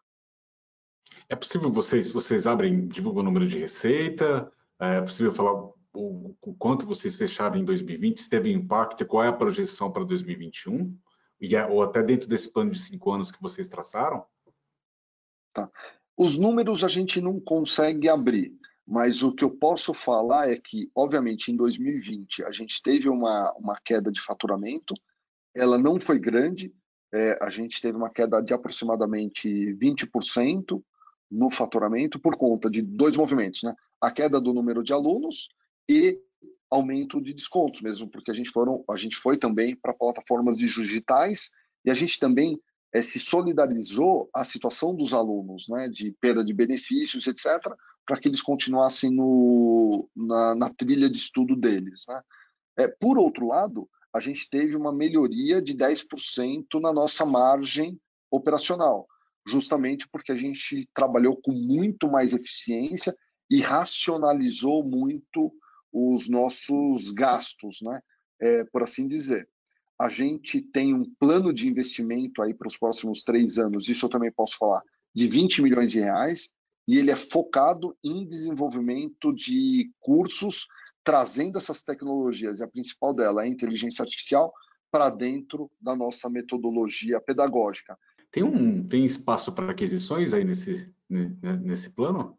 É possível vocês, vocês abrem, divulgam o número de receita? É possível falar o, o quanto vocês fecharam em dois mil e vinte, se teve impacto, qual é a projeção para dois mil e vinte e um? E é, ou até dentro desse plano de cinco anos que vocês traçaram? Tá. Os números a gente não consegue abrir, mas o que eu posso falar é que, obviamente, em dois mil e vinte a gente teve uma, uma queda de faturamento, ela não foi grande, é, a gente teve uma queda de aproximadamente vinte por cento no faturamento por conta de dois movimentos, né? A queda do número de alunos e aumento de descontos mesmo, porque a gente, foram, a gente foi também para plataformas digitais e a gente também é, se solidarizou a situação dos alunos, né, de perda de benefícios, etcétera, para que eles continuassem no, na, na trilha de estudo deles, né? É, por outro lado, a gente teve uma melhoria de dez por cento na nossa margem operacional, justamente porque a gente trabalhou com muito mais eficiência e racionalizou muito os nossos gastos, né? É, por assim dizer. A gente tem um plano de investimento aí para os próximos três anos, isso eu também posso falar, de vinte milhões de reais, e ele é focado em desenvolvimento de cursos, trazendo essas tecnologias, e a principal dela é a inteligência artificial, para dentro da nossa metodologia pedagógica. Tem, um, tem espaço para aquisições aí nesse, nesse plano?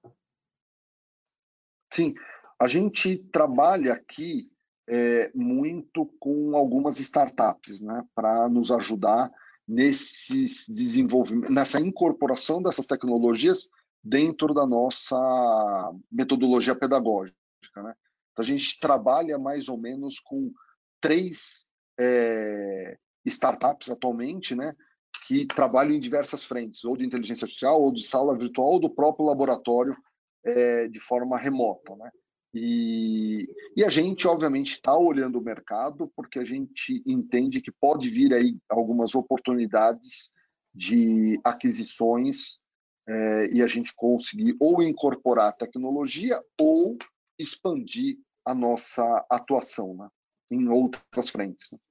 Sim, a gente trabalha aqui é, muito com algumas startups, né, para nos ajudar nesses desenvolvimento, nessa incorporação dessas tecnologias dentro da nossa metodologia pedagógica, né? Então, a gente trabalha mais ou menos com três é, startups atualmente, né, que trabalham em diversas frentes, ou de inteligência artificial, ou de sala virtual, ou do próprio laboratório é, de forma remota, né? E, e a gente, obviamente, está olhando o mercado porque a gente entende que pode vir aí algumas oportunidades de aquisições é, e a gente conseguir ou incorporar a tecnologia ou expandir a nossa atuação, né, em outras frentes. Né?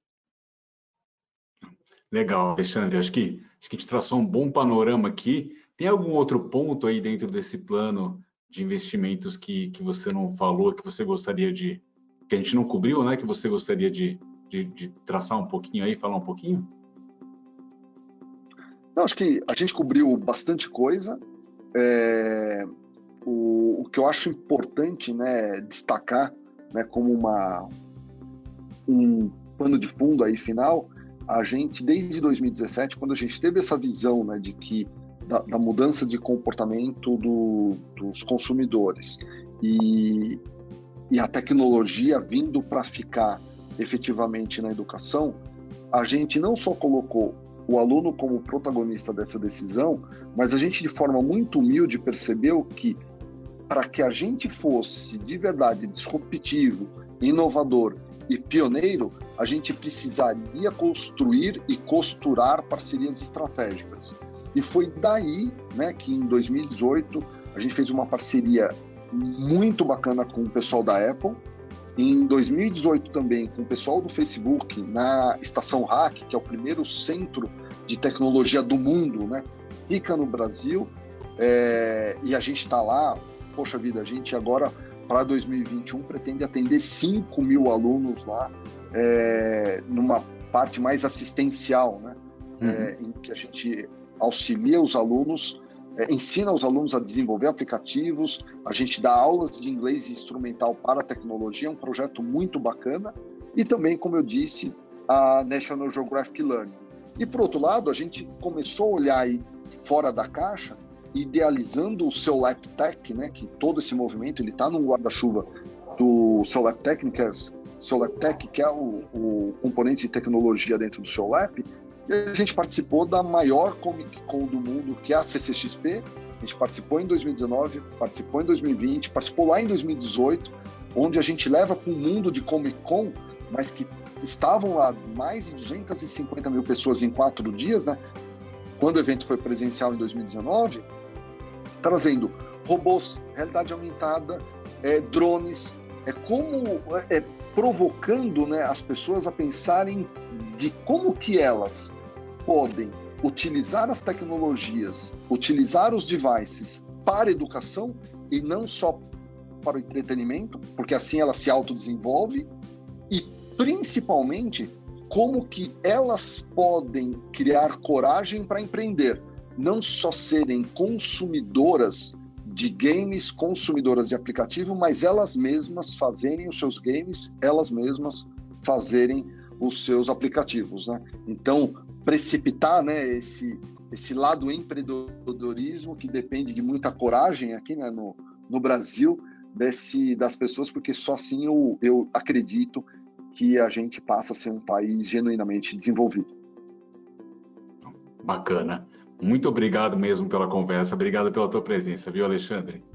Legal, Alexandre. Acho que, acho que a gente traçou um bom panorama aqui. Tem algum outro ponto aí dentro desse plano de investimentos que, que você não falou, que você gostaria de... que a gente não cobriu, né? Que você gostaria de, de, de traçar um pouquinho aí, falar um pouquinho? Não, acho que a gente cobriu bastante coisa. É, o, o que eu acho importante, né, destacar, né, como uma, um pano de fundo aí final, a gente, desde dois mil e dezessete, quando a gente teve essa visão, né, de que da, da mudança de comportamento do, dos consumidores e, e a tecnologia vindo para ficar efetivamente na educação, a gente não só colocou o aluno como protagonista dessa decisão, mas a gente, de forma muito humilde, percebeu que para que a gente fosse de verdade disruptivo, inovador e pioneiro, a gente precisaria construir e costurar parcerias estratégicas. E foi daí, né, que em dois mil e dezoito a gente fez uma parceria muito bacana com o pessoal da Apple. Em dois mil e dezoito também com o pessoal do Facebook na Estação Hack, que é o primeiro centro de tecnologia do mundo, né? Fica no Brasil, é, e a gente está lá, poxa vida, a gente agora para dois mil e vinte e um pretende atender cinco mil alunos lá, é, numa parte mais assistencial, né? Uhum. É, em que a gente auxilia os alunos, é, ensina os alunos a desenvolver aplicativos, a gente dá aulas de inglês instrumental para a tecnologia, é um projeto muito bacana, e também, como eu disse, a National Geographic Learning. E, por outro lado, a gente começou a olhar aí fora da caixa, idealizando o SeoLabTech, né, que todo esse movimento está no guarda-chuva do SeoLabTech, que é, SeoLabTech, que é o, o componente de tecnologia dentro do SeoLab, e a gente participou da maior Comic Con do mundo, que é a C C X P. A gente participou em dois mil e dezenove, participou em dois mil e vinte, participou lá em dois mil e dezoito, onde a gente leva para um mundo de Comic Con, mas que estavam lá mais de duzentas e cinquenta mil pessoas em quatro dias, né? Quando o evento foi presencial em dois mil e dezenove, trazendo robôs, realidade aumentada, é, drones, é como é, provocando, né, as pessoas a pensarem de como que elas podem utilizar as tecnologias, utilizar os devices para a educação e não só para o entretenimento, porque assim ela se autodesenvolve, e principalmente como que elas podem criar coragem para empreender, não só serem consumidoras de games, consumidoras de aplicativo, mas elas mesmas fazerem os seus games, elas mesmas fazerem os seus aplicativos, né? Então, precipitar, né, esse, esse lado empreendedorismo que depende de muita coragem aqui, né, no, no Brasil, desse, das pessoas, porque só assim eu, eu acredito que a gente passa a ser um país genuinamente desenvolvido. Bacana. Muito obrigado mesmo pela conversa. Obrigado pela tua presença, viu, Alexandre?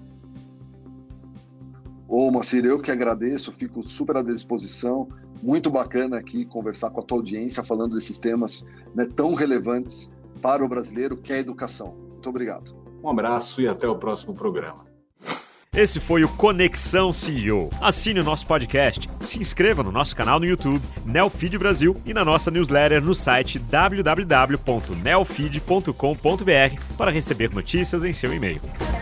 Ô, Moacir, eu que agradeço, fico super à disposição. Muito bacana aqui conversar com a tua audiência, falando desses temas, né, tão relevantes para o brasileiro, que é a educação. Muito obrigado. Um abraço e até o próximo programa. Esse foi o Conexão C E O. Assine o nosso podcast, se inscreva no nosso canal no YouTube, Neofeed Brasil, e na nossa newsletter no site w w w ponto neofeed ponto com ponto b r para receber notícias em seu e-mail.